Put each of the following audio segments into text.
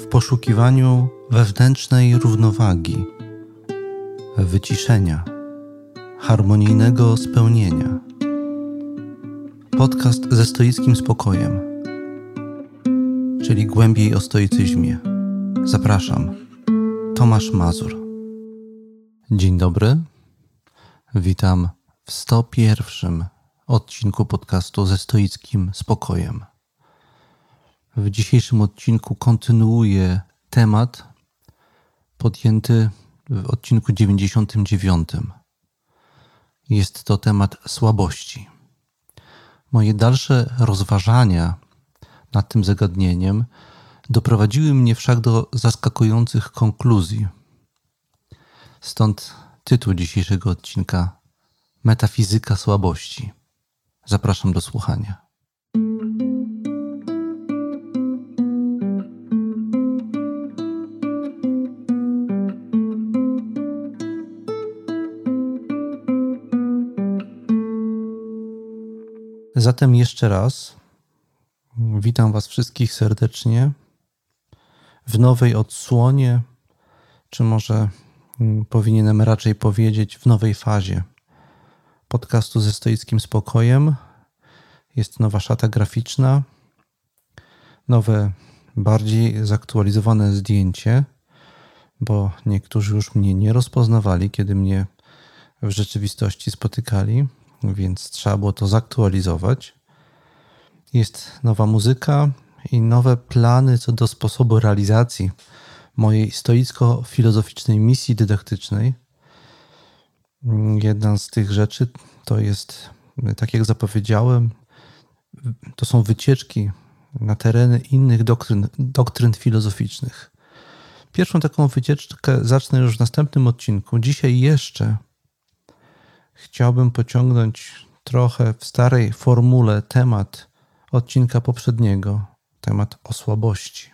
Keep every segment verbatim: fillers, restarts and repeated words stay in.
w poszukiwaniu wewnętrznej równowagi, wyciszenia, harmonijnego spełnienia. Podcast ze stoickim spokojem, czyli głębiej o stoicyzmie. Zapraszam, Tomasz Mazur. Dzień dobry, witam w sto pierwszym odcinku podcastu ze stoickim spokojem. W dzisiejszym odcinku kontynuuję temat podjęty w odcinku dziewięćdziesiątym dziewiątym. Jest to temat słabości. Moje dalsze rozważania nad tym zagadnieniem doprowadziły mnie wszak do zaskakujących konkluzji. Stąd tytuł dzisiejszego odcinka: Metafizyka słabości. Zapraszam do słuchania. Zatem jeszcze raz witam Was wszystkich serdecznie w nowej odsłonie, czy może powinienem raczej powiedzieć w nowej fazie podcastu ze stoickim spokojem. Jest nowa szata graficzna, nowe, bardziej zaktualizowane zdjęcie, bo niektórzy już mnie nie rozpoznawali, kiedy mnie w rzeczywistości spotykali, więc trzeba było to zaktualizować. Jest nowa muzyka i nowe plany co do sposobu realizacji mojej stoicko-filozoficznej misji dydaktycznej. Jedna z tych rzeczy to jest, tak jak zapowiedziałem, to są wycieczki na tereny innych doktryn, doktryn filozoficznych. Pierwszą taką wycieczkę zacznę już w następnym odcinku. Dzisiaj jeszcze chciałbym pociągnąć trochę w starej formule temat odcinka poprzedniego, temat o słabości.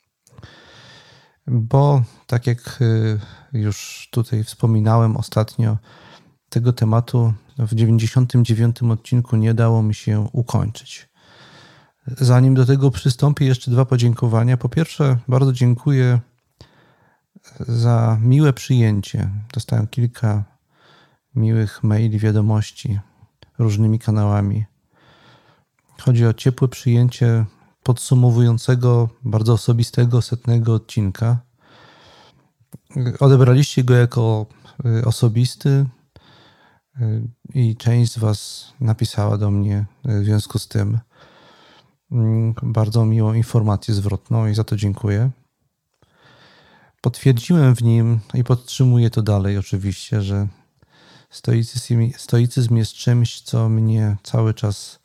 Bo tak jak już tutaj wspominałem ostatnio, tego tematu w dziewięćdziesiątym dziewiątym odcinku nie dało mi się ukończyć. Zanim do tego przystąpię, jeszcze dwa podziękowania. Po pierwsze, bardzo dziękuję za miłe przyjęcie. Dostałem kilka miłych maili, wiadomości różnymi kanałami. Chodzi o ciepłe przyjęcie podsumowującego, bardzo osobistego, setnego odcinka. Odebraliście go jako osobisty i część z Was napisała do mnie w związku z tym bardzo miłą informację zwrotną i za to dziękuję. Potwierdziłem w nim i podtrzymuję to dalej oczywiście, że stoicyzm, stoicyzm jest czymś, co mnie cały czas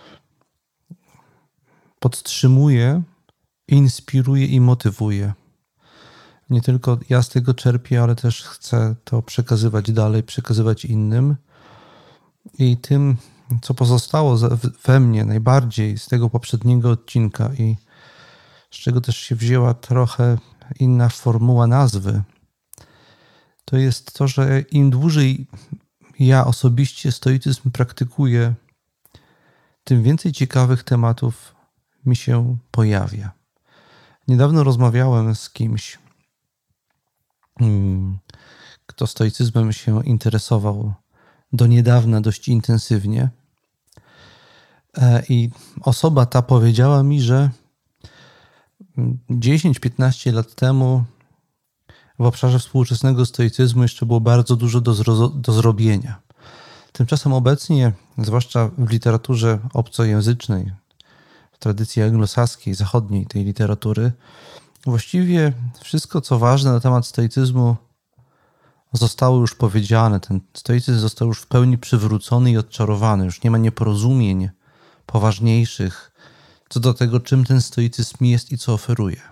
podtrzymuje, inspiruje i motywuje. Nie tylko ja z tego czerpię, ale też chcę to przekazywać dalej, przekazywać innym. I tym, co pozostało we mnie najbardziej z tego poprzedniego odcinka i z czego też się wzięła trochę inna formuła nazwy, to jest to, że im dłużej ja osobiście stoicyzm praktykuję, tym więcej ciekawych tematów mi się pojawia. Niedawno rozmawiałem z kimś, kto stoicyzmem się interesował do niedawna dość intensywnie. I osoba ta powiedziała mi, że dziesięć piętnaście lat temu w obszarze współczesnego stoicyzmu jeszcze było bardzo dużo do, zro- do zrobienia. Tymczasem obecnie, zwłaszcza w literaturze obcojęzycznej, w tradycji anglosaskiej, zachodniej tej literatury, właściwie wszystko, co ważne na temat stoicyzmu, zostało już powiedziane. Ten stoicyzm został już w pełni przywrócony i odczarowany. Już nie ma nieporozumień poważniejszych co do tego, czym ten stoicyzm jest i co oferuje.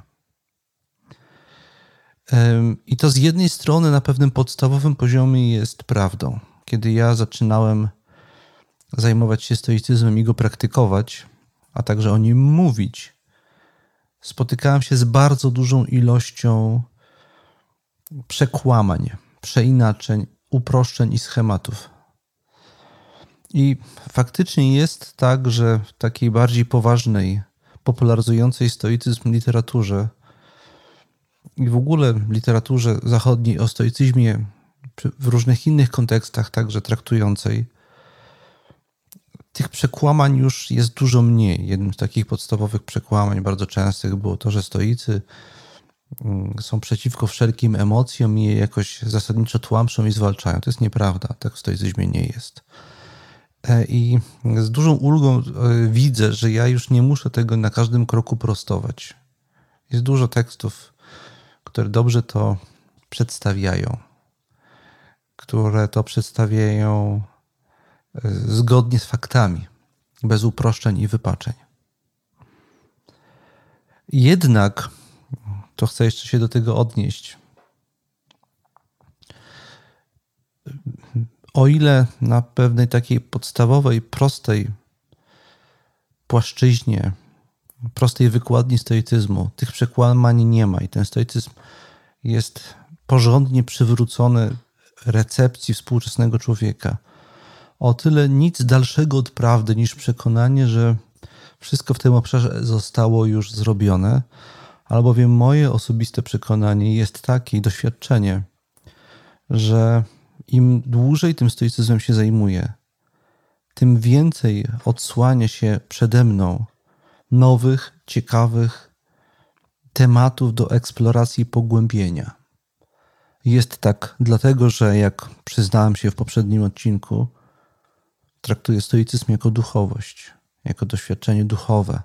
I to z jednej strony na pewnym podstawowym poziomie jest prawdą. Kiedy ja zaczynałem zajmować się stoicyzmem i go praktykować, a także o nim mówić, spotykałem się z bardzo dużą ilością przekłamań, przeinaczeń, uproszczeń i schematów. I faktycznie jest tak, że w takiej bardziej poważnej, popularyzującej stoicyzm literaturze i w ogóle w literaturze zachodniej o stoicyzmie w różnych innych kontekstach, także traktującej, tych przekłamań już jest dużo mniej. Jednym z takich podstawowych przekłamań bardzo częstych było to, że stoicy są przeciwko wszelkim emocjom i je jakoś zasadniczo tłamszą i zwalczają. To jest nieprawda. Tak w stoicyzmie nie jest. I z dużą ulgą widzę, że ja już nie muszę tego na każdym kroku prostować. Jest dużo tekstów, które dobrze to przedstawiają, które to przedstawiają zgodnie z faktami, bez uproszczeń i wypaczeń. Jednak, to chcę jeszcze się do tego odnieść, o ile na pewnej takiej podstawowej, prostej płaszczyźnie, prostej wykładni stoicyzmu tych przekłamań nie ma i ten stoicyzm jest porządnie przywrócony recepcji współczesnego człowieka, o tyle nic dalszego od prawdy niż przekonanie, że wszystko w tym obszarze zostało już zrobione, albowiem moje osobiste przekonanie jest takie i doświadczenie, że im dłużej tym stoicyzmem się zajmuję, tym więcej odsłania się przede mną nowych, ciekawych tematów do eksploracji i pogłębienia. Jest tak dlatego, że jak przyznałem się w poprzednim odcinku, traktuję stoicyzm jako duchowość, jako doświadczenie duchowe.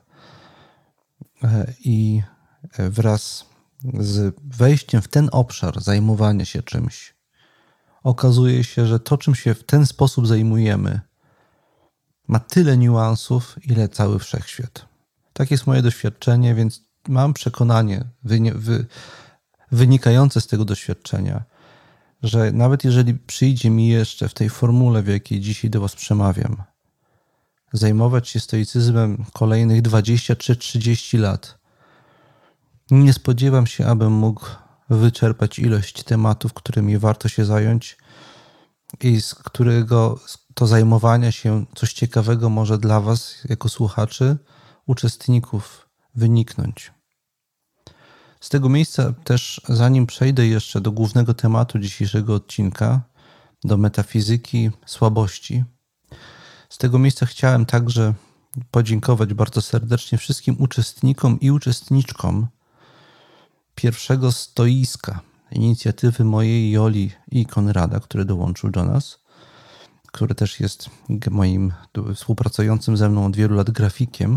I wraz z wejściem w ten obszar zajmowania się czymś, okazuje się, że to, czym się w ten sposób zajmujemy, ma tyle niuansów, ile cały wszechświat. Tak jest moje doświadczenie, więc mam przekonanie wynikające z tego doświadczenia, że nawet jeżeli przyjdzie mi jeszcze w tej formule, w jakiej dzisiaj do Was przemawiam, zajmować się stoicyzmem kolejnych dwadzieścia czy trzydzieści lat, nie spodziewam się, abym mógł wyczerpać ilość tematów, którymi warto się zająć i z którego to zajmowania się coś ciekawego może dla Was, jako słuchaczy, uczestników, wyniknąć. Z tego miejsca też, zanim przejdę jeszcze do głównego tematu dzisiejszego odcinka, do metafizyki słabości, z tego miejsca chciałem także podziękować bardzo serdecznie wszystkim uczestnikom i uczestniczkom pierwszego stoiska, inicjatywy mojej, Joli i Konrada, który dołączył do nas, który też jest moim współpracującym ze mną od wielu lat grafikiem.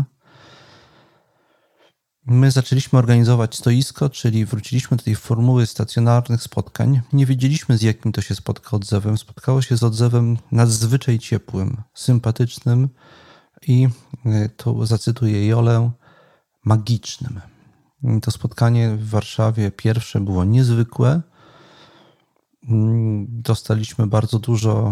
My zaczęliśmy organizować stoisko, czyli wróciliśmy do tej formuły stacjonarnych spotkań. Nie wiedzieliśmy, z jakim to się spotka odzewem. Spotkało się z odzewem nadzwyczaj ciepłym, sympatycznym i, to zacytuję Jolę, magicznym. To spotkanie w Warszawie pierwsze było niezwykłe. Dostaliśmy bardzo dużo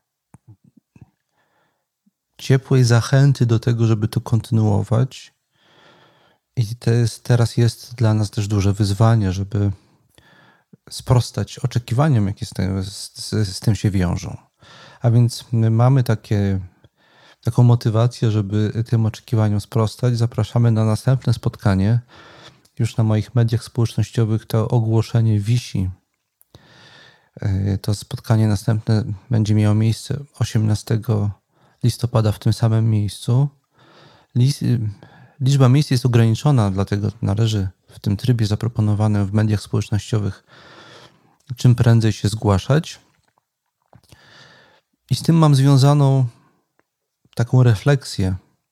ciepłej zachęty do tego, żeby to kontynuować. I to jest, teraz jest dla nas też duże wyzwanie, żeby sprostać oczekiwaniom, jakie z tym, z, z tym się wiążą. A więc my mamy takie, taką motywację, żeby tym oczekiwaniom sprostać. Zapraszamy na następne spotkanie. Już na moich mediach społecznościowych to ogłoszenie wisi. To spotkanie następne będzie miało miejsce osiemnastego listopada w tym samym miejscu. Liczba miejsc jest ograniczona, dlatego należy w tym trybie zaproponowanym w mediach społecznościowych czym prędzej się zgłaszać. I z tym mam związaną taką refleksję,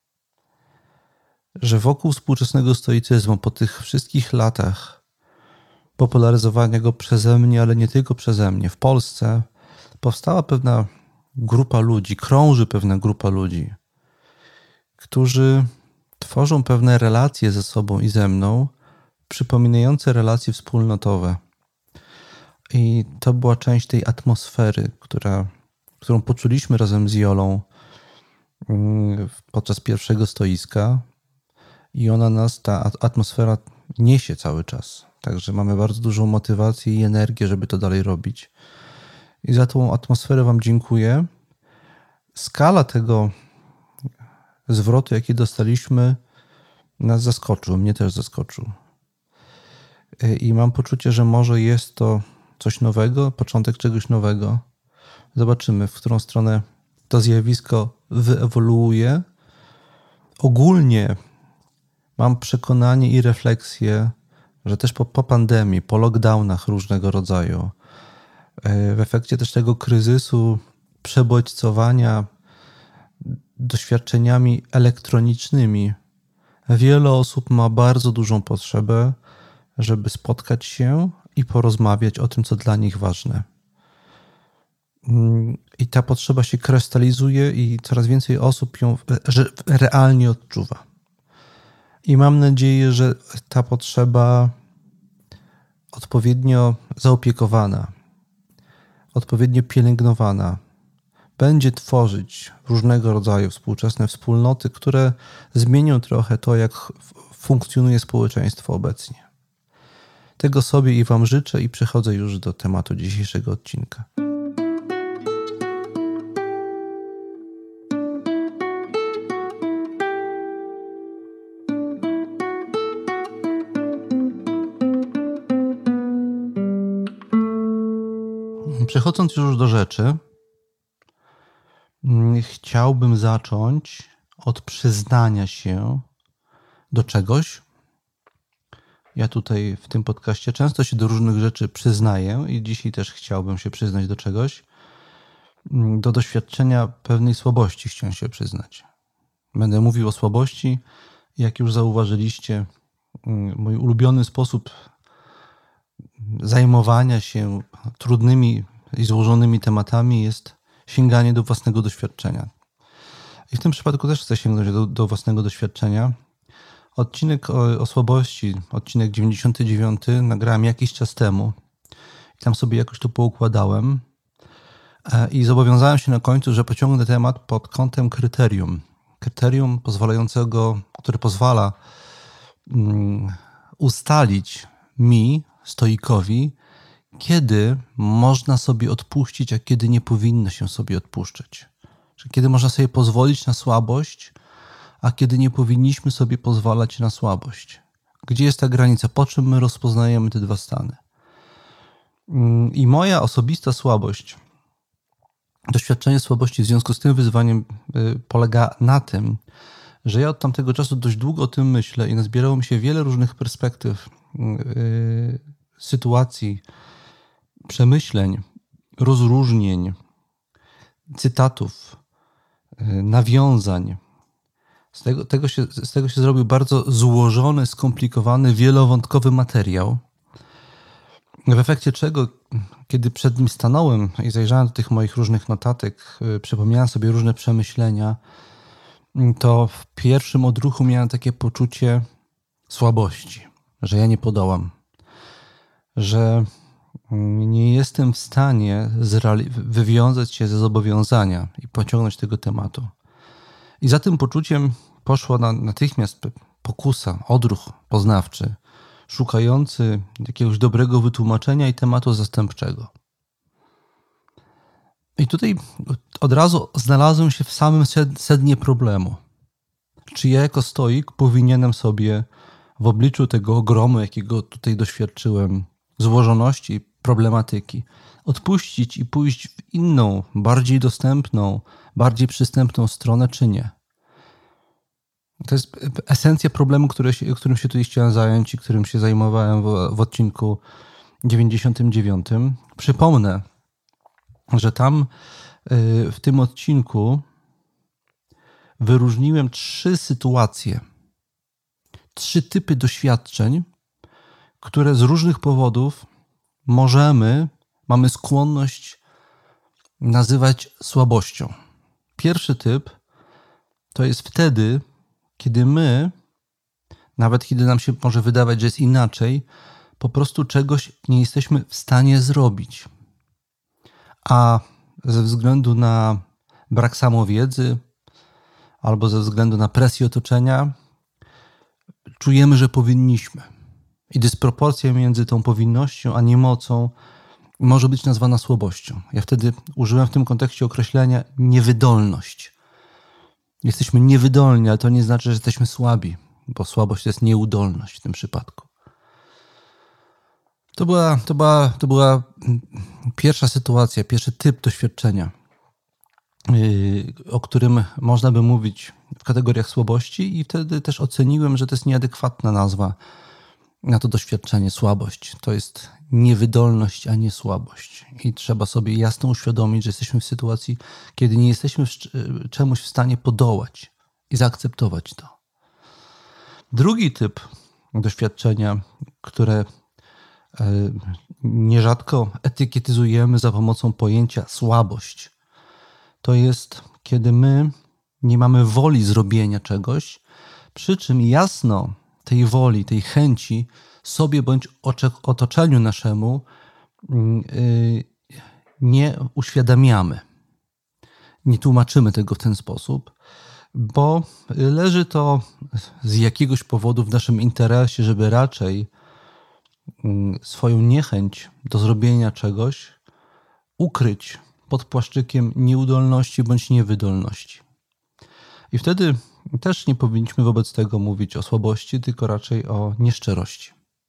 że wokół współczesnego stoicyzmu po tych wszystkich latach popularyzowania go przeze mnie, ale nie tylko przeze mnie, w Polsce powstała pewna grupa ludzi, krąży pewna grupa ludzi, którzy tworzą pewne relacje ze sobą i ze mną, przypominające relacje wspólnotowe. I to była część tej atmosfery, która, którą poczuliśmy razem z Jolą podczas pierwszego stoiska. I ona nas, ta atmosfera niesie cały czas. Także mamy bardzo dużą motywację i energię, żeby to dalej robić. I za tą atmosferę Wam dziękuję. Skala tego zwrotu, jaki dostaliśmy, nas zaskoczył. Mnie też zaskoczył. i mam poczucie, że może jest to coś nowego, początek czegoś nowego. Zobaczymy, w którą stronę to zjawisko wyewoluuje. Ogólnie mam przekonanie i refleksję, że też po, po pandemii, po lockdownach różnego rodzaju, w efekcie też tego kryzysu przebodźcowania doświadczeniami elektronicznymi, wiele osób ma bardzo dużą potrzebę, żeby spotkać się i porozmawiać o tym, co dla nich ważne. I ta potrzeba się krystalizuje i coraz więcej osób ją realnie odczuwa. I mam nadzieję, że ta potrzeba odpowiednio zaopiekowana, odpowiednio pielęgnowana będzie tworzyć różnego rodzaju współczesne wspólnoty, które zmienią trochę to, jak funkcjonuje społeczeństwo obecnie. Tego sobie i Wam życzę i przechodzę już do tematu dzisiejszego odcinka. Przechodząc już do rzeczy, chciałbym zacząć od przyznania się do czegoś. Ja tutaj w tym podcaście często się do różnych rzeczy przyznaję i dzisiaj też chciałbym się przyznać do czegoś. Do doświadczenia pewnej słabości chciałem się przyznać. Będę mówił o słabości. Jak już zauważyliście, mój ulubiony sposób zajmowania się trudnymi i złożonymi tematami jest sięganie do własnego doświadczenia. I w tym przypadku też chcę sięgnąć do, do własnego doświadczenia. Odcinek o, o słabości, odcinek dziewięćdziesiąty dziewiąty nagrałem jakiś czas temu i tam sobie jakoś to poukładałem i zobowiązałem się na końcu, że pociągnę temat pod kątem kryterium. Kryterium pozwalającego, które pozwala um, ustalić mi, stoikowi, kiedy można sobie odpuścić, a kiedy nie powinno się sobie odpuszczać. Czyli kiedy można sobie pozwolić na słabość, a kiedy nie powinniśmy sobie pozwalać na słabość. Gdzie jest ta granica? Po czym my rozpoznajemy te dwa stany? I moja osobista słabość, doświadczenie słabości w związku z tym wyzwaniem polega na tym, że ja od tamtego czasu dość długo o tym myślę i nazbierało mi się wiele różnych perspektyw, yy, sytuacji, przemyśleń, rozróżnień, cytatów, yy, nawiązań. Z tego, tego się, z tego się zrobił bardzo złożony, skomplikowany, wielowątkowy materiał, w efekcie czego, kiedy przed nim stanąłem i zajrzałem do tych moich różnych notatek, yy, przypomniałem sobie różne przemyślenia, to w pierwszym odruchu miałem takie poczucie słabości, że ja nie podołam, że nie jestem w stanie zreali- wywiązać się ze zobowiązania i pociągnąć tego tematu. I za tym poczuciem poszła na, natychmiast pokusa, odruch poznawczy, szukający jakiegoś dobrego wytłumaczenia i tematu zastępczego. I tutaj od razu znalazłem się w samym sednie problemu. Czy ja jako stoik powinienem sobie w obliczu tego ogromu, jakiego tutaj doświadczyłem, złożoności problematyki, odpuścić i pójść w inną, bardziej dostępną, bardziej przystępną stronę, czy nie? To jest esencja problemu, który się, którym się tutaj chciałem zająć i którym się zajmowałem w, w odcinku dziewięćdziesiątym dziewiątym. Przypomnę, że tam w tym odcinku wyróżniłem trzy sytuacje, trzy typy doświadczeń, które z różnych powodów możemy, mamy skłonność nazywać słabością. Pierwszy typ to jest wtedy, kiedy my, nawet kiedy nam się może wydawać, że jest inaczej, po prostu czegoś nie jesteśmy w stanie zrobić. A ze względu na brak samowiedzy albo ze względu na presję otoczenia czujemy, że powinniśmy. I dysproporcja między tą powinnością a niemocą może być nazwana słabością. Ja wtedy użyłem w tym kontekście określenia niewydolność. Jesteśmy niewydolni, ale to nie znaczy, że jesteśmy słabi, bo słabość to jest nieudolność w tym przypadku. To była, to była, to była pierwsza sytuacja, pierwszy typ doświadczenia, o którym można by mówić w kategoriach słabości, i wtedy też oceniłem, że to jest nieadekwatna nazwa na to doświadczenie, słabość. To jest niewydolność, a nie słabość. I trzeba sobie jasno uświadomić, że jesteśmy w sytuacji, kiedy nie jesteśmy czemuś w stanie podołać i zaakceptować to. Drugi typ doświadczenia, które nierzadko etykietyzujemy za pomocą pojęcia słabość, to jest, kiedy my nie mamy woli zrobienia czegoś, przy czym jasno tej woli, tej chęci sobie bądź otoczeniu naszemu nie uświadamiamy. Nie tłumaczymy tego w ten sposób, bo leży to z jakiegoś powodu w naszym interesie, żeby raczej swoją niechęć do zrobienia czegoś ukryć pod płaszczykiem nieudolności bądź niewydolności. I wtedy też nie powinniśmy wobec tego mówić o słabości, tylko raczej o nieszczerości.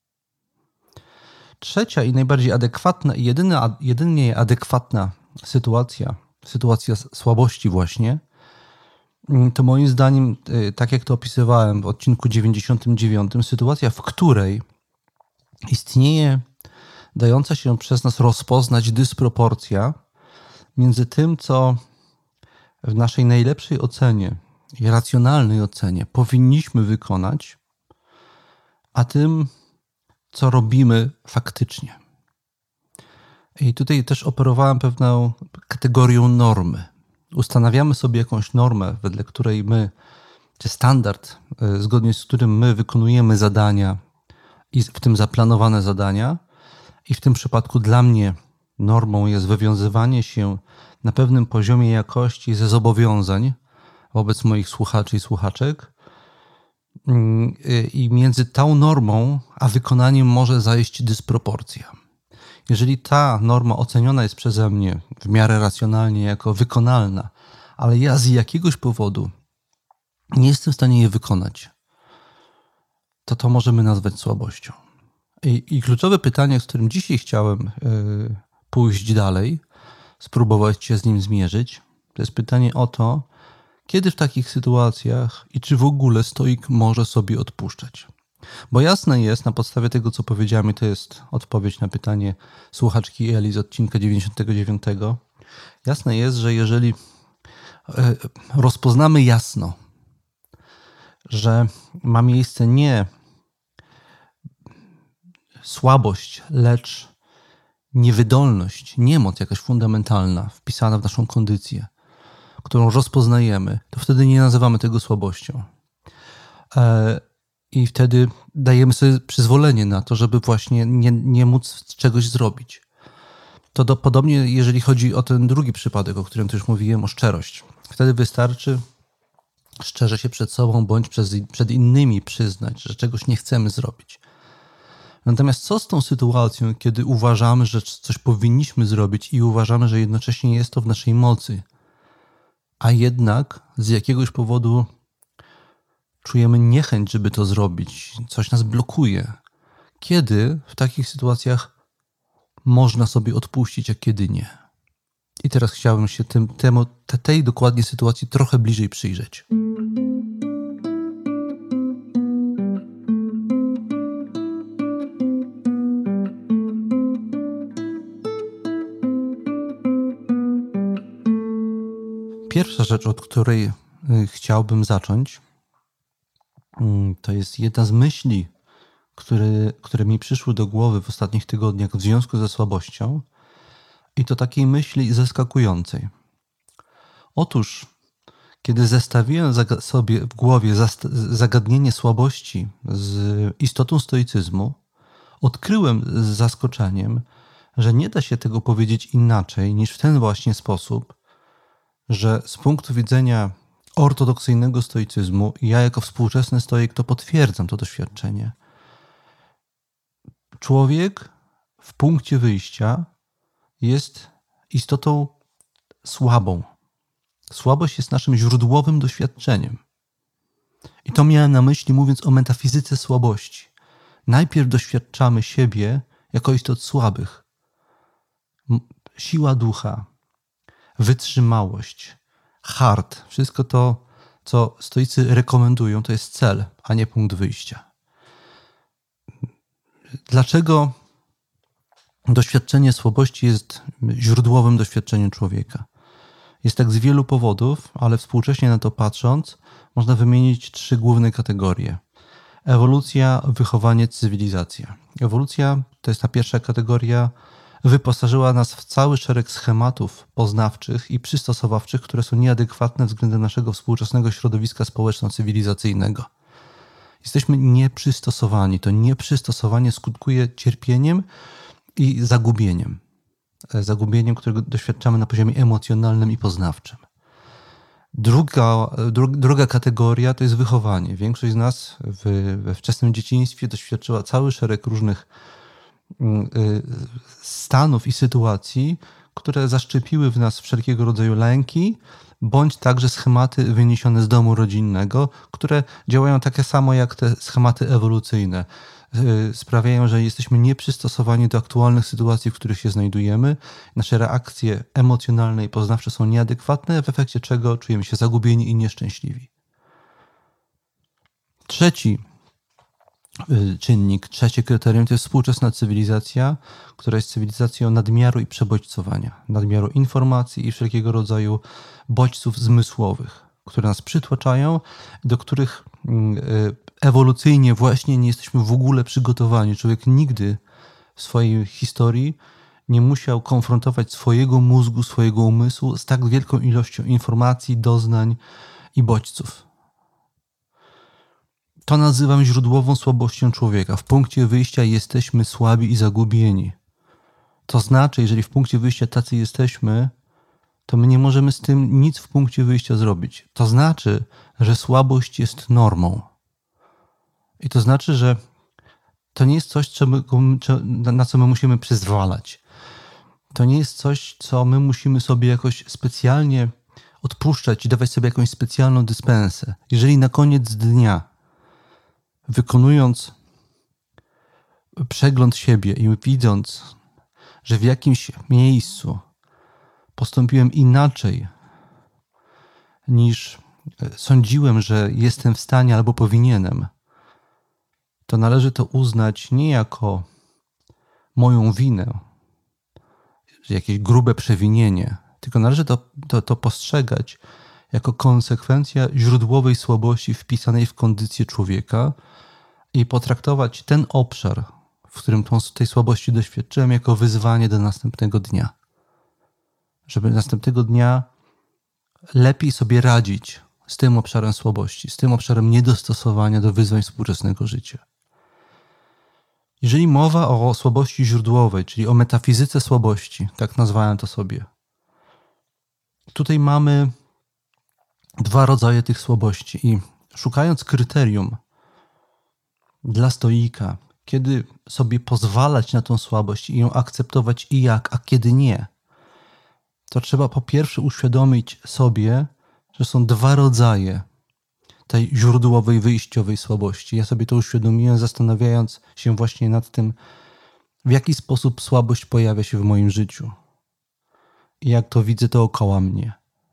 Trzecia i najbardziej adekwatna i jedyna, jedynie adekwatna sytuacja, sytuacja słabości właśnie, to moim zdaniem, tak jak to opisywałem w odcinku dziewięćdziesiątym dziewiątym, sytuacja, w której istnieje dająca się przez nas rozpoznać dysproporcja między tym, co w naszej najlepszej ocenie i racjonalnej ocenie powinniśmy wykonać, a tym, co robimy faktycznie. I tutaj też operowałem pewną kategorią normy. Ustanawiamy sobie jakąś normę, wedle której my, czy standard, zgodnie z którym my wykonujemy zadania i w tym zaplanowane zadania. I w tym przypadku dla mnie normą jest wywiązywanie się na pewnym poziomie jakości ze zobowiązań wobec moich słuchaczy i słuchaczek. I między tą normą a wykonaniem może zajść dysproporcja. Jeżeli ta norma oceniona jest przeze mnie w miarę racjonalnie jako wykonalna, ale ja z jakiegoś powodu nie jestem w stanie jej wykonać, to to możemy nazwać słabością. I, i kluczowe pytanie, z którym dzisiaj chciałem yy, pójść dalej, spróbować się z nim zmierzyć, to jest pytanie o to, kiedy w takich sytuacjach i czy w ogóle stoik może sobie odpuszczać. Bo jasne jest, na podstawie tego, co powiedziałem, i to jest odpowiedź na pytanie słuchaczki Eli z odcinka dziewięćdziesiątego dziewiątego, jasne jest, że jeżeli rozpoznamy jasno, że ma miejsce nie słabość, lecz niewydolność, niemoc jakaś fundamentalna wpisana w naszą kondycję, którą rozpoznajemy, to wtedy nie nazywamy tego słabością. I wtedy dajemy sobie przyzwolenie na to, żeby właśnie nie, nie móc czegoś zrobić. To do, podobnie, jeżeli chodzi o ten drugi przypadek, o którym też mówiłem, o szczerość. Wtedy wystarczy szczerze się przed sobą bądź przed, przed innymi przyznać, że czegoś nie chcemy zrobić. Natomiast co z tą sytuacją, kiedy uważamy, że coś powinniśmy zrobić i uważamy, że jednocześnie jest to w naszej mocy, a jednak z jakiegoś powodu czujemy niechęć, żeby to zrobić, coś nas blokuje. Kiedy w takich sytuacjach można sobie odpuścić, a kiedy nie? I teraz chciałbym się tym, temu, tej dokładnie sytuacji trochę bliżej przyjrzeć. Pierwsza rzecz, od której chciałbym zacząć, to jest jedna z myśli, które, które mi przyszły do głowy w ostatnich tygodniach w związku ze słabością, i to takiej myśli zaskakującej. Otóż, kiedy zestawiłem sobie w głowie zagadnienie słabości z istotą stoicyzmu, odkryłem z zaskoczeniem, że nie da się tego powiedzieć inaczej niż w ten właśnie sposób, że z punktu widzenia ortodoksyjnego stoicyzmu, i ja jako współczesny stoik to potwierdzam to doświadczenie, człowiek w punkcie wyjścia jest istotą słabą. Słabość jest naszym źródłowym doświadczeniem. I to miałem na myśli, mówiąc o metafizyce słabości. Najpierw doświadczamy siebie jako istot słabych. Siła ducha, wytrzymałość, hart, wszystko to, co stoicy rekomendują, to jest cel, a nie punkt wyjścia. Dlaczego doświadczenie słabości jest źródłowym doświadczeniem człowieka? Jest tak z wielu powodów, ale współcześnie na to patrząc, można wymienić trzy główne kategorie. Ewolucja, wychowanie, cywilizacja. Ewolucja, to jest ta pierwsza kategoria, wyposażyła nas w cały szereg schematów poznawczych i przystosowawczych, które są nieadekwatne względem naszego współczesnego środowiska społeczno-cywilizacyjnego. Jesteśmy nieprzystosowani. To nieprzystosowanie skutkuje cierpieniem i zagubieniem. Zagubieniem, którego doświadczamy na poziomie emocjonalnym i poznawczym. Druga, dru, druga kategoria to jest wychowanie. Większość z nas w, we wczesnym dzieciństwie doświadczyła cały szereg różnych stanów i sytuacji, które zaszczepiły w nas wszelkiego rodzaju lęki, bądź także schematy wyniesione z domu rodzinnego, które działają takie samo jak te schematy ewolucyjne. Sprawiają, że jesteśmy nieprzystosowani do aktualnych sytuacji, w których się znajdujemy. Nasze reakcje emocjonalne i poznawcze są nieadekwatne, w efekcie czego czujemy się zagubieni i nieszczęśliwi. Trzeci czynnik, trzecie kryterium to jest współczesna cywilizacja, która jest cywilizacją nadmiaru i przebodźcowania, nadmiaru informacji i wszelkiego rodzaju bodźców zmysłowych, które nas przytłaczają, do których ewolucyjnie właśnie nie jesteśmy w ogóle przygotowani. Człowiek nigdy w swojej historii nie musiał konfrontować swojego mózgu, swojego umysłu z tak wielką ilością informacji, doznań i bodźców. To nazywam źródłową słabością człowieka. W punkcie wyjścia jesteśmy słabi i zagubieni. To znaczy, jeżeli w punkcie wyjścia tacy jesteśmy, to my nie możemy z tym nic w punkcie wyjścia zrobić. To znaczy, że słabość jest normą. I to znaczy, że to nie jest coś, co my, na co my musimy przyzwalać. To nie jest coś, co my musimy sobie jakoś specjalnie odpuszczać i dawać sobie jakąś specjalną dyspensę. Jeżeli na koniec dnia, wykonując przegląd siebie i widząc, że w jakimś miejscu postąpiłem inaczej niż sądziłem, że jestem w stanie albo powinienem, to należy to uznać nie jako moją winę, jakieś grube przewinienie, tylko należy to, to, to postrzegać jako konsekwencja źródłowej słabości wpisanej w kondycję człowieka i potraktować ten obszar, w którym tą, tej słabości doświadczyłem, jako wyzwanie do następnego dnia. Żeby następnego dnia lepiej sobie radzić z tym obszarem słabości, z tym obszarem niedostosowania do wyzwań współczesnego życia. Jeżeli mowa o słabości źródłowej, czyli o metafizyce słabości, tak nazwałem to sobie, tutaj mamy dwa rodzaje tych słabości i szukając kryterium dla stoika, kiedy sobie pozwalać na tą słabość i ją akceptować i jak, a kiedy nie, to trzeba po pierwsze uświadomić sobie, że są dwa rodzaje tej źródłowej, wyjściowej słabości. Ja sobie to uświadomiłem, zastanawiając się właśnie nad tym, w jaki sposób słabość pojawia się w moim życiu i jak to widzę dookoła mnie.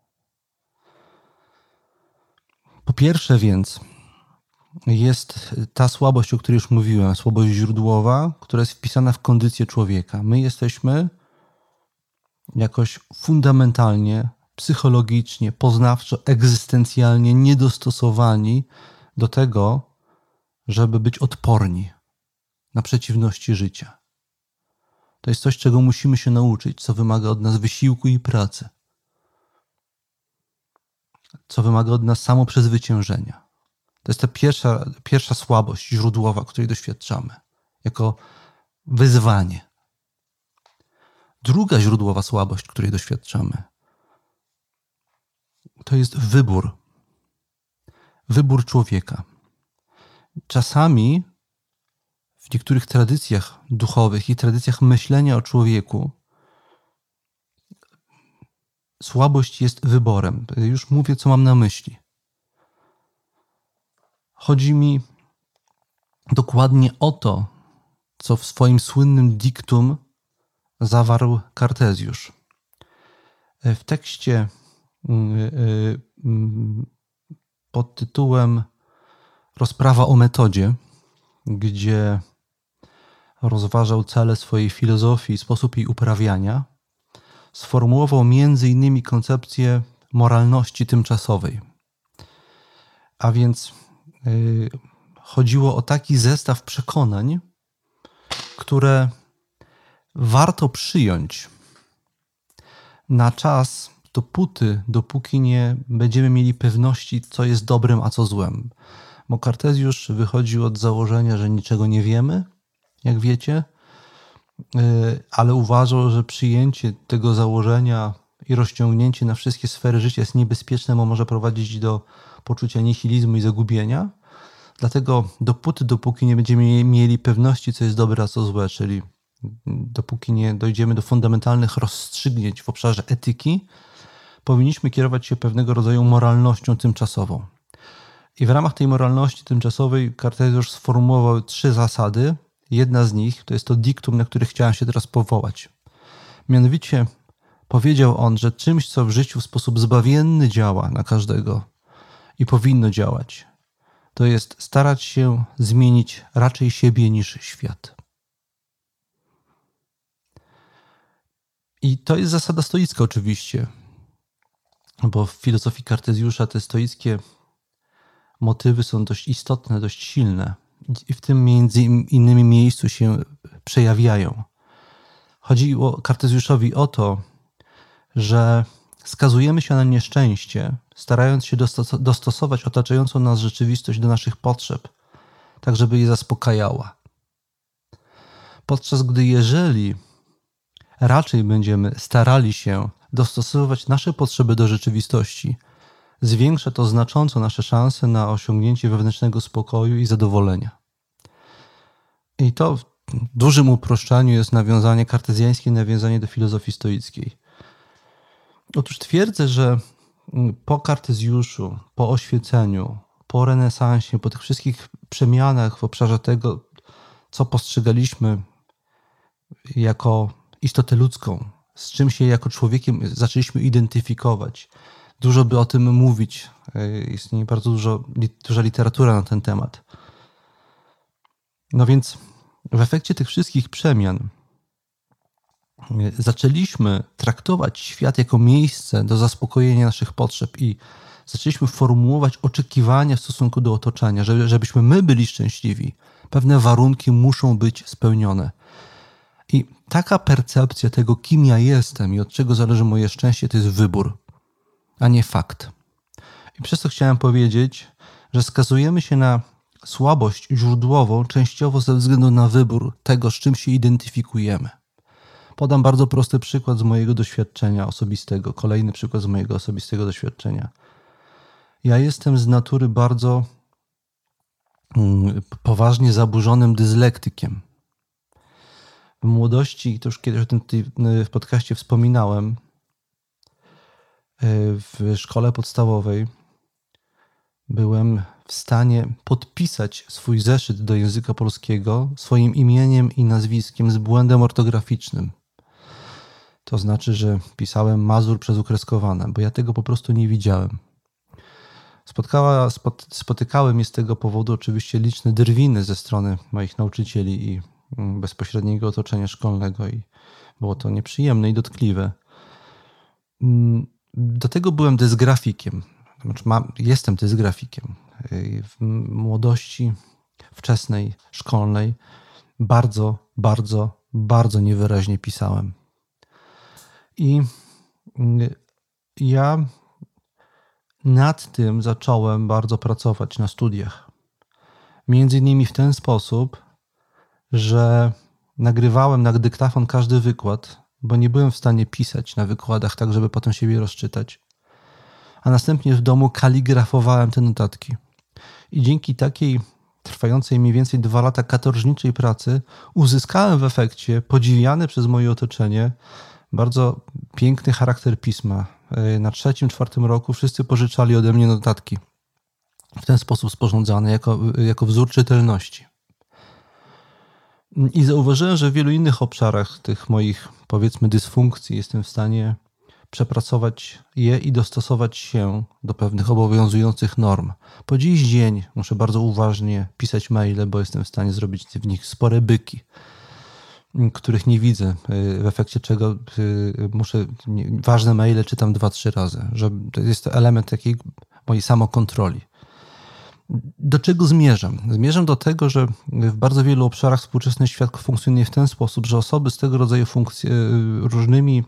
Po pierwsze więc jest ta słabość, o której już mówiłem, słabość źródłowa, która jest wpisana w kondycję człowieka. My jesteśmy jakoś fundamentalnie, psychologicznie, poznawczo, egzystencjalnie niedostosowani do tego, żeby być odporni na przeciwności życia. To jest coś, czego musimy się nauczyć, co wymaga od nas wysiłku i pracy. Co wymaga od nas samoprzezwyciężenia. To jest ta pierwsza, pierwsza słabość źródłowa, której doświadczamy, jako wyzwanie. Druga źródłowa słabość, której doświadczamy, to jest wybór. Wybór człowieka. Czasami w niektórych tradycjach duchowych i tradycjach myślenia o człowieku słabość jest wyborem. Już mówię, co mam na myśli. Chodzi mi dokładnie o to, co w swoim słynnym dictum zawarł Kartezjusz. W tekście pod tytułem Rozprawa o metodzie, gdzie rozważał cele swojej filozofii i sposób jej uprawiania, sformułował między innymi koncepcję moralności tymczasowej. A więc yy, chodziło o taki zestaw przekonań, które warto przyjąć na czas, dopóty, dopóki nie będziemy mieli pewności, co jest dobrem, a co złem. Bo Kartezjusz wychodził od założenia, że niczego nie wiemy, jak wiecie, ale uważał, że przyjęcie tego założenia i rozciągnięcie na wszystkie sfery życia jest niebezpieczne, bo może prowadzić do poczucia nihilizmu i zagubienia. Dlatego dopóty, dopóki nie będziemy mieli pewności, co jest dobre, a co złe, czyli dopóki nie dojdziemy do fundamentalnych rozstrzygnięć w obszarze etyki, powinniśmy kierować się pewnego rodzaju moralnością tymczasową. I w ramach tej moralności tymczasowej Kartezjusz sformułował trzy zasady. Jedna z nich to jest to dictum, na które chciałem się teraz powołać. Mianowicie powiedział on, że czymś, co w życiu w sposób zbawienny działa na każdego i powinno działać, to jest starać się zmienić raczej siebie niż świat. I to jest zasada stoicka oczywiście, bo w filozofii Kartezjusza te stoickie motywy są dość istotne, dość silne i w tym między innymi miejscu się przejawiają. Chodziło Kartezjuszowi o to, że skazujemy się na nieszczęście, starając się dostosować otaczającą nas rzeczywistość do naszych potrzeb, tak żeby je zaspokajała. Podczas gdy jeżeli raczej będziemy starali się dostosowywać nasze potrzeby do rzeczywistości, zwiększa to znacząco nasze szanse na osiągnięcie wewnętrznego spokoju i zadowolenia. I to w dużym uproszczaniu jest nawiązanie kartezjańskie, nawiązanie do filozofii stoickiej. Otóż twierdzę, że po Kartezjuszu, po oświeceniu, po renesansie, po tych wszystkich przemianach w obszarze tego, co postrzegaliśmy jako istotę ludzką, z czym się jako człowiekiem zaczęliśmy identyfikować. Dużo by o tym mówić. Istnieje bardzo dużo, duża literatura na ten temat. No więc w efekcie tych wszystkich przemian zaczęliśmy traktować świat jako miejsce do zaspokojenia naszych potrzeb i zaczęliśmy formułować oczekiwania w stosunku do otoczenia, żeby, żebyśmy my byli szczęśliwi. Pewne warunki muszą być spełnione. I taka percepcja tego, kim ja jestem i od czego zależy moje szczęście, to jest wybór, a nie fakt. I przez to chciałem powiedzieć, że skazujemy się na słabość źródłową częściowo ze względu na wybór tego, z czym się identyfikujemy. Podam bardzo prosty przykład z mojego doświadczenia osobistego. Kolejny przykład z mojego osobistego doświadczenia. Ja jestem z natury bardzo poważnie zaburzonym dyslektykiem. W młodości, to już kiedyś o tym w podcaście wspominałem, w szkole podstawowej byłem w stanie podpisać swój zeszyt do języka polskiego swoim imieniem i nazwiskiem z błędem ortograficznym. To znaczy, że pisałem Mazur przez ukreskowane, bo ja tego po prostu nie widziałem. Spotkała, spot, spotykały mnie z tego powodu oczywiście liczne drwiny ze strony moich nauczycieli i bezpośredniego otoczenia szkolnego i było to nieprzyjemne i dotkliwe. Do tego byłem dysgrafikiem. Znaczy mam, jestem dysgrafikiem. W młodości wczesnej, szkolnej bardzo, bardzo, bardzo niewyraźnie pisałem. I ja nad tym zacząłem bardzo pracować na studiach. Między innymi w ten sposób, że nagrywałem na dyktafon każdy wykład, bo nie byłem w stanie pisać na wykładach tak, żeby potem siebie rozczytać. A następnie w domu kaligrafowałem te notatki. I dzięki takiej trwającej mniej więcej dwa lata katorżniczej pracy uzyskałem w efekcie podziwiany przez moje otoczenie bardzo piękny charakter pisma. Na trzecim, czwartym roku wszyscy pożyczali ode mnie notatki. W ten sposób sporządzane, jako, jako wzór czytelności. I zauważyłem, że w wielu innych obszarach tych moich, powiedzmy, dysfunkcji jestem w stanie przepracować je i dostosować się do pewnych obowiązujących norm. Po dziś dzień muszę bardzo uważnie pisać maile, bo jestem w stanie zrobić w nich spore byki, których nie widzę, w efekcie czego muszę ważne maile czytam dwa, trzy razy, że to jest to element takiej mojej samokontroli. Do czego zmierzam? Zmierzam do tego, że w bardzo wielu obszarach współczesny świat funkcjonuje w ten sposób, że osoby z tego rodzaju funkcje, różnymi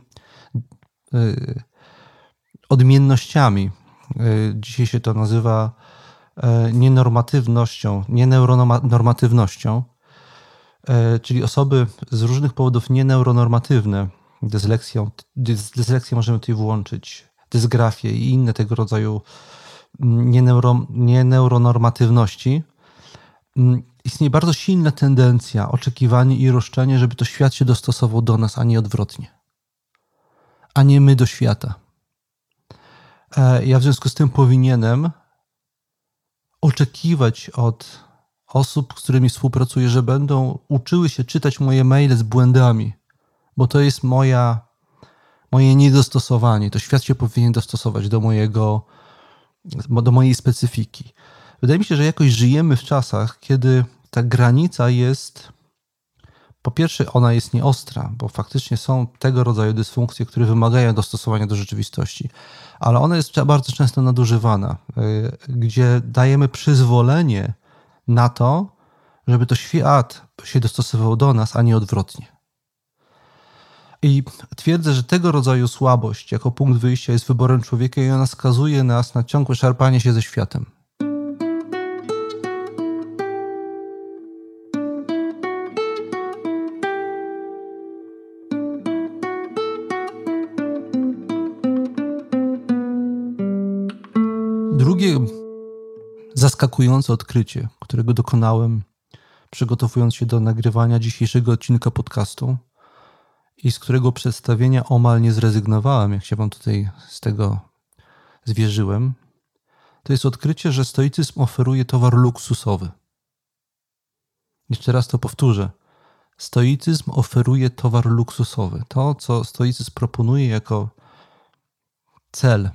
odmiennościami, dzisiaj się to nazywa nienormatywnością, nieneuronormatywnością, czyli osoby z różnych powodów nieneuronormatywne, dysleksją, dysleksję możemy tutaj włączyć, dysgrafię i inne tego rodzaju nieneuro, nieneuronormatywności, istnieje bardzo silna tendencja, oczekiwanie i roszczenie, żeby to świat się dostosował do nas, a nie odwrotnie. A nie my do świata. Ja w związku z tym powinienem oczekiwać od osób, z którymi współpracuję, że będą uczyły się czytać moje maile z błędami, bo to jest moja, moje niedostosowanie. To świat się powinien dostosować do mojego, do mojej specyfiki. Wydaje mi się, że jakoś żyjemy w czasach, kiedy ta granica jest, po pierwsze ona jest nieostra, bo faktycznie są tego rodzaju dysfunkcje, które wymagają dostosowania do rzeczywistości, ale ona jest bardzo często nadużywana, gdzie dajemy przyzwolenie na to, żeby to świat się dostosował do nas, a nie odwrotnie. I twierdzę, że tego rodzaju słabość jako punkt wyjścia jest wyborem człowieka i ona skazuje nas na ciągłe szarpanie się ze światem. Drugie zaskakujące odkrycie, którego dokonałem, przygotowując się do nagrywania dzisiejszego odcinka podcastu i z którego przedstawienia omal nie zrezygnowałem, jak się wam tutaj z tego zwierzyłem, to jest odkrycie, że stoicyzm oferuje towar luksusowy. Jeszcze raz to powtórzę. Stoicyzm oferuje towar luksusowy. To, co stoicyzm proponuje jako cel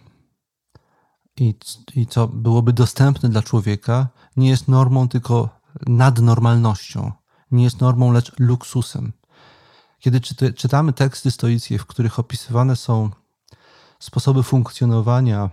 i, i co byłoby dostępne dla człowieka, nie jest normą, tylko nadnormalnością. Nie jest normą, lecz luksusem. Kiedy czyty, czytamy teksty stoickie, w których opisywane są sposoby funkcjonowania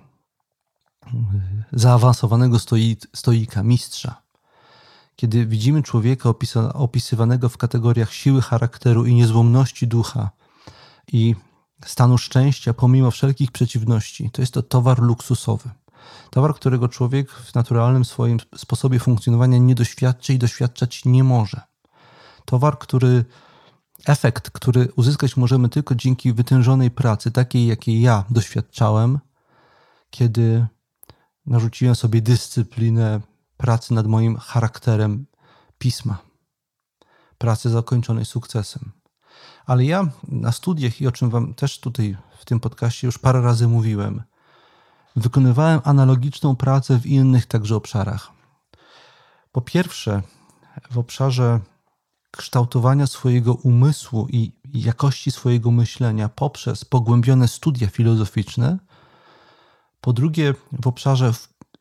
zaawansowanego stoi, stoika, mistrza, kiedy widzimy człowieka opisa, opisywanego w kategoriach siły charakteru i niezłomności ducha i stanu szczęścia pomimo wszelkich przeciwności, to jest to towar luksusowy. Towar, którego człowiek w naturalnym swoim sposobie funkcjonowania nie doświadczy i doświadczać nie może. Towar, który efekt, który uzyskać możemy tylko dzięki wytężonej pracy, takiej jakiej ja doświadczałem, kiedy narzuciłem sobie dyscyplinę pracy nad moim charakterem pisma. Pracy zakończonej sukcesem. Ale ja na studiach, i o czym wam też tutaj w tym podcaście już parę razy mówiłem, wykonywałem analogiczną pracę w innych także obszarach. Po pierwsze, w obszarze kształtowania swojego umysłu i jakości swojego myślenia poprzez pogłębione studia filozoficzne. Po drugie, w obszarze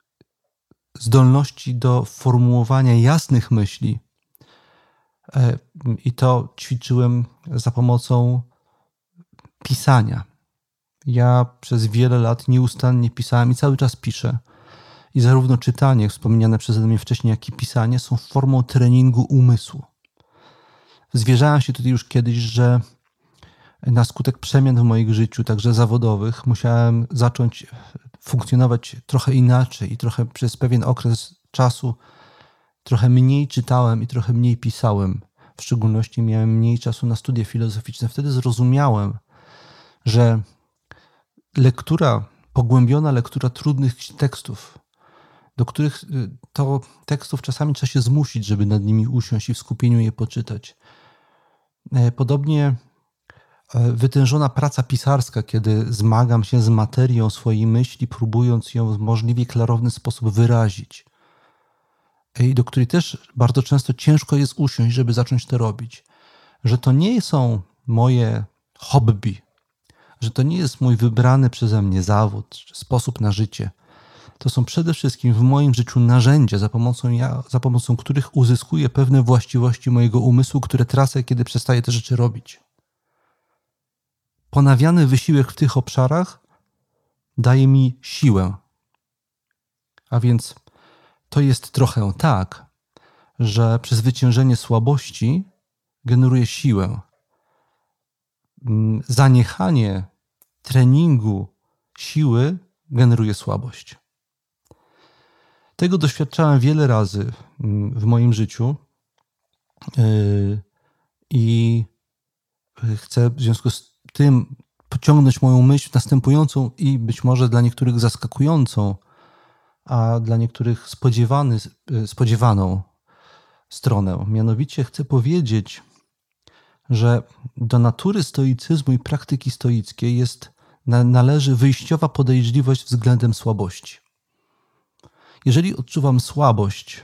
zdolności do formułowania jasnych myśli. I to ćwiczyłem za pomocą pisania. Ja przez wiele lat nieustannie pisałem i cały czas piszę. I zarówno czytanie, wspomniane przeze mnie wcześniej, jak i pisanie są formą treningu umysłu. Zwierzałem się tutaj już kiedyś, że na skutek przemian w moim życiu, także zawodowych, musiałem zacząć funkcjonować trochę inaczej i trochę przez pewien okres czasu trochę mniej czytałem i trochę mniej pisałem. W szczególności miałem mniej czasu na studia filozoficzne. Wtedy zrozumiałem, że lektura, pogłębiona lektura trudnych tekstów, do których to tekstów czasami trzeba się zmusić, żeby nad nimi usiąść i w skupieniu je poczytać. Podobnie wytężona praca pisarska, kiedy zmagam się z materią swojej myśli, próbując ją w możliwie klarowny sposób wyrazić. i do której też bardzo często ciężko jest usiąść, żeby zacząć to robić. Że to nie są moje hobby, że to nie jest mój wybrany przeze mnie zawód, czy sposób na życie. To są przede wszystkim w moim życiu narzędzia, za pomocą, ja, za pomocą których uzyskuję pewne właściwości mojego umysłu, które tracę, kiedy przestaję te rzeczy robić. Ponawiany wysiłek w tych obszarach daje mi siłę. A więc to jest trochę tak, że przezwyciężenie słabości generuje siłę. Zaniechanie treningu siły generuje słabość. Tego doświadczałem wiele razy w moim życiu i chcę w związku z tym pociągnąć moją myśl w następującą i być może dla niektórych zaskakującą, a dla niektórych spodziewany, spodziewaną stronę. Mianowicie chcę powiedzieć, że do natury stoicyzmu i praktyki stoickiej jest, należy wyjściowa podejrzliwość względem słabości. Jeżeli odczuwam słabość,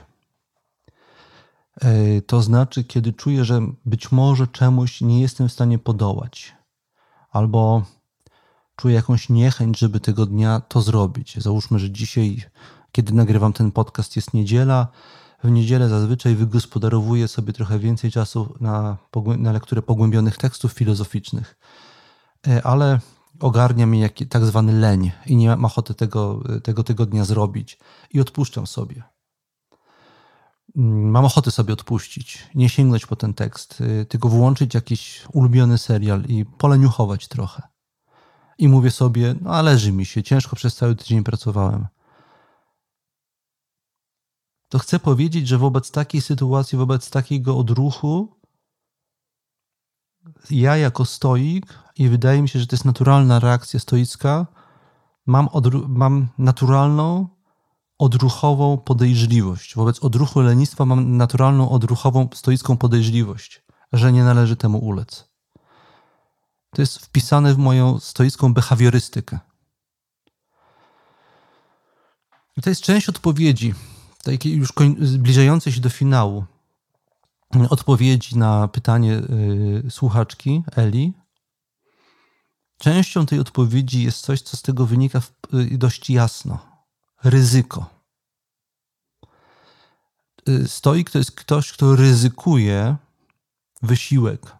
to znaczy, kiedy czuję, że być może czemuś nie jestem w stanie podołać, albo czuję jakąś niechęć, żeby tego dnia to zrobić. Załóżmy, że dzisiaj, kiedy nagrywam ten podcast, jest niedziela. W niedzielę zazwyczaj wygospodarowuję sobie trochę więcej czasu na, na lekturę pogłębionych tekstów filozoficznych, ale ogarnia mnie jak, tak zwany leń i nie mam ochoty tego, tego tygodnia zrobić i odpuszczam sobie. Mam ochotę sobie odpuścić, nie sięgnąć po ten tekst, tylko włączyć jakiś ulubiony serial i poleniuchować trochę. I mówię sobie, no a leży mi się, ciężko przez cały tydzień pracowałem. To chcę powiedzieć, że wobec takiej sytuacji, wobec takiego odruchu, ja jako stoik, i wydaje mi się, że to jest naturalna reakcja stoicka, mam, odru- mam naturalną, odruchową podejrzliwość. Wobec odruchu lenistwa mam naturalną, odruchową, stoicką podejrzliwość, że nie należy temu ulec. To jest wpisane w moją stoicką behawiorystykę. I to jest część odpowiedzi, takiej już zbliżającej się do finału, odpowiedzi na pytanie yy, słuchaczki Eli. Częścią tej odpowiedzi jest coś, co z tego wynika w, yy, dość jasno. Ryzyko. Yy, stoik to jest ktoś, kto ryzykuje wysiłek.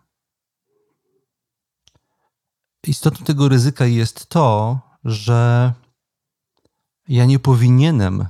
Istotą tego ryzyka jest to, że ja nie powinienem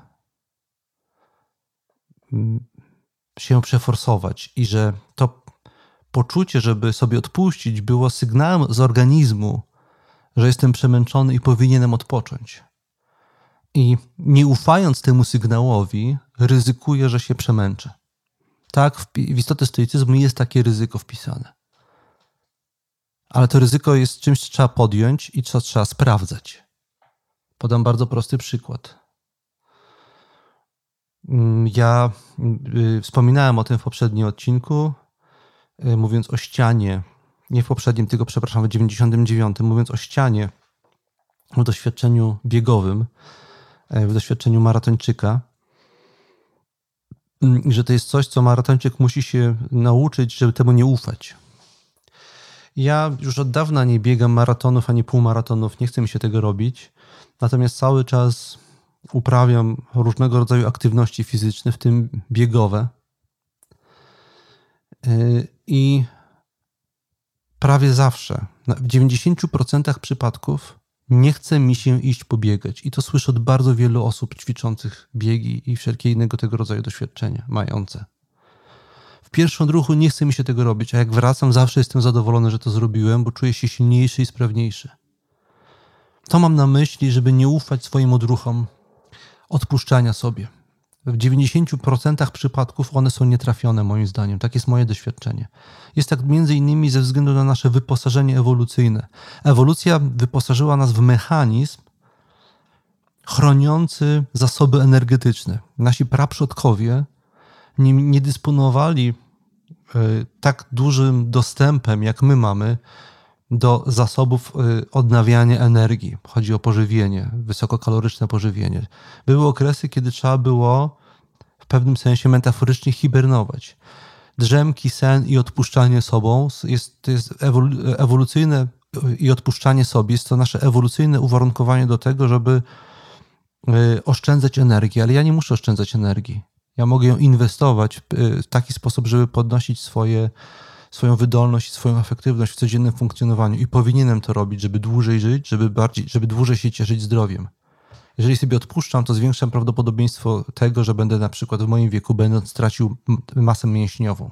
się przeforsować i że to poczucie, żeby sobie odpuścić, było sygnałem z organizmu, że jestem przemęczony i powinienem odpocząć. I nie ufając temu sygnałowi, ryzykuję, że się przemęczę. Tak, w, w istotę stoicyzmu jest takie ryzyko wpisane. Ale to ryzyko jest czymś, co trzeba podjąć i co trzeba sprawdzać. Podam bardzo prosty przykład. Ja wspominałem o tym w poprzednim odcinku, mówiąc o ścianie, nie w poprzednim, tylko przepraszam, w dziewięćdziesiątym dziewiątym, mówiąc o ścianie w doświadczeniu biegowym, w doświadczeniu maratończyka, że to jest coś, co maratończyk musi się nauczyć, żeby temu nie ufać. Ja już od dawna nie biegam maratonów ani półmaratonów, nie chcę mi się tego robić, natomiast cały czas uprawiam różnego rodzaju aktywności fizyczne, w tym biegowe. I prawie zawsze, w dziewięćdziesięciu procentach przypadków nie chce mi się iść pobiegać. I to słyszę od bardzo wielu osób ćwiczących biegi i wszelkie innego tego rodzaju doświadczenia mające. W pierwszym odruchu nie chce mi się tego robić, a jak wracam, zawsze jestem zadowolony, że to zrobiłem, bo czuję się silniejszy i sprawniejszy. To mam na myśli, żeby nie ufać swoim odruchom odpuszczania sobie. W dziewięćdziesięciu procentach przypadków one są nietrafione, moim zdaniem. Tak jest moje doświadczenie. Jest tak między innymi ze względu na nasze wyposażenie ewolucyjne. Ewolucja wyposażyła nas w mechanizm chroniący zasoby energetyczne. Nasi praprzodkowie nie, nie dysponowali y, tak dużym dostępem, jak my mamy, do zasobów odnawiania energii. Chodzi o pożywienie, wysokokaloryczne pożywienie. Były okresy, kiedy trzeba było w pewnym sensie metaforycznie hibernować. Drzemki, sen i odpuszczanie sobą jest, to jest ewolucyjne i odpuszczanie sobie jest to nasze ewolucyjne uwarunkowanie do tego, żeby oszczędzać energię, ale ja nie muszę oszczędzać energii. Ja mogę ją inwestować w taki sposób, żeby podnosić swoje, swoją wydolność, swoją efektywność w codziennym funkcjonowaniu i powinienem to robić, żeby dłużej żyć, żeby bardziej, żeby dłużej się cieszyć zdrowiem. Jeżeli sobie odpuszczam, to zwiększam prawdopodobieństwo tego, że będę na przykład w moim wieku będąc stracił masę mięśniową.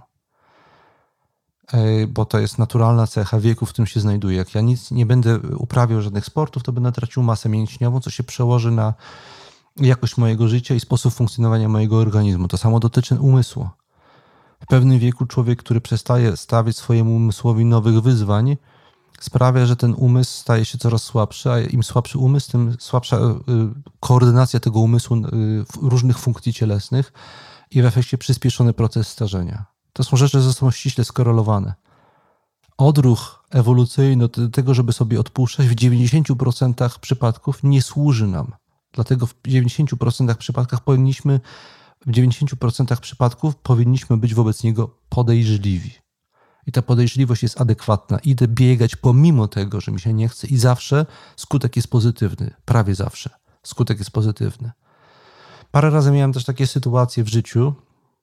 Bo to jest naturalna cecha wieku, w którym się znajduję. Jak ja nic nie będę uprawiał żadnych sportów, to będę tracił masę mięśniową, co się przełoży na jakość mojego życia i sposób funkcjonowania mojego organizmu. To samo dotyczy umysłu. W pewnym wieku człowiek, który przestaje stawiać swojemu umysłowi nowych wyzwań, sprawia, że ten umysł staje się coraz słabszy, a im słabszy umysł, tym słabsza koordynacja tego umysłu różnych funkcji cielesnych i w efekcie przyspieszony proces starzenia. To są rzeczy, że są ściśle skorelowane. Odruch ewolucyjny do tego, żeby sobie odpuszczać, w dziewięćdziesięciu procentach przypadków nie służy nam. Dlatego w dziewięćdziesięciu procentach przypadkach powinniśmy, w dziewięćdziesięciu procentach przypadków powinniśmy być wobec niego podejrzliwi. I ta podejrzliwość jest adekwatna. Idę biegać pomimo tego, że mi się nie chce i zawsze skutek jest pozytywny. Prawie zawsze skutek jest pozytywny. Parę razy miałem też takie sytuacje w życiu,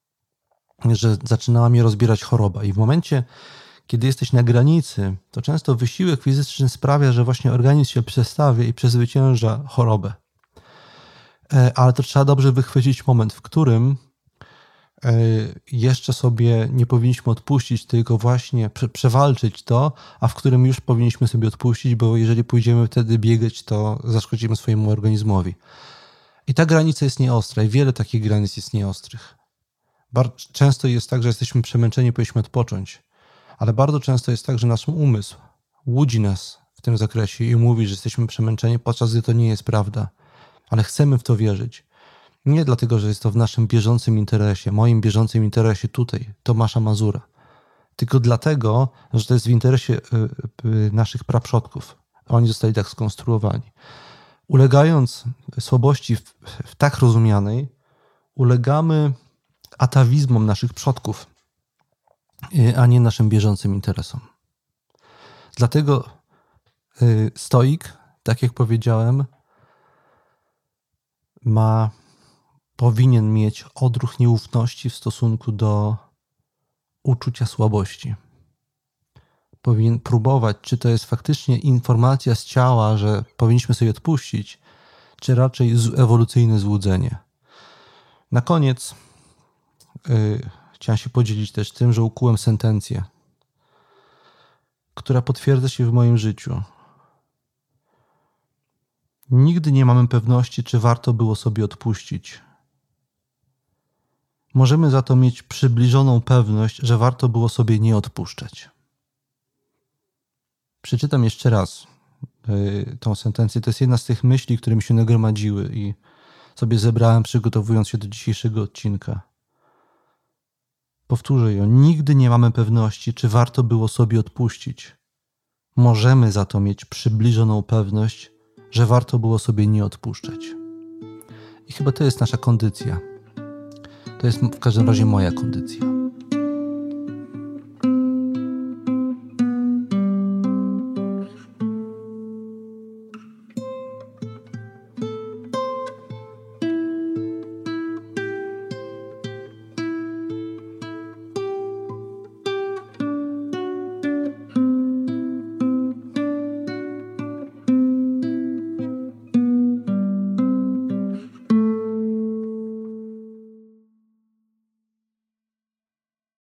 że zaczynała mnie rozbierać choroba i w momencie, kiedy jesteś na granicy, to często wysiłek fizyczny sprawia, że właśnie organizm się przestawia i przezwycięża chorobę. Ale to trzeba dobrze wychwycić moment, w którym jeszcze sobie nie powinniśmy odpuścić, tylko właśnie prze, przewalczyć to, a w którym już powinniśmy sobie odpuścić, bo jeżeli pójdziemy wtedy biegać, to zaszkodzimy swojemu organizmowi. I ta granica jest nieostra i wiele takich granic jest nieostrych. Bardzo często jest tak, że jesteśmy przemęczeni, powinniśmy odpocząć, ale bardzo często jest tak, że nasz umysł łudzi nas w tym zakresie i mówi, że jesteśmy przemęczeni, podczas gdy to nie jest prawda, ale chcemy w to wierzyć. Nie dlatego, że jest to w naszym bieżącym interesie, moim bieżącym interesie tutaj, Tomasza Mazura, tylko dlatego, że to jest w interesie naszych praprzodków. Oni zostali tak skonstruowani. Ulegając słabości w, w tak rozumianej, ulegamy atawizmom naszych przodków, a nie naszym bieżącym interesom. Dlatego stoik, tak jak powiedziałem, ma, powinien mieć odruch nieufności w stosunku do uczucia słabości. Powinien próbować, czy to jest faktycznie informacja z ciała, że powinniśmy sobie odpuścić, czy raczej ewolucyjne złudzenie. Na koniec yy, chciałem się podzielić też tym, że ukułem sentencję, która potwierdza się w moim życiu. Nigdy nie mamy pewności, czy warto było sobie odpuścić. Możemy za to mieć przybliżoną pewność, że warto było sobie nie odpuszczać. Przeczytam jeszcze raz yy, tą sentencję. To jest jedna z tych myśli, które mi się nagromadziły i sobie zebrałem, przygotowując się do dzisiejszego odcinka. Powtórzę ją. Nigdy nie mamy pewności, czy warto było sobie odpuścić. Możemy za to mieć przybliżoną pewność, że warto było sobie nie odpuszczać. I chyba to jest nasza kondycja. To jest w każdym razie moja kondycja.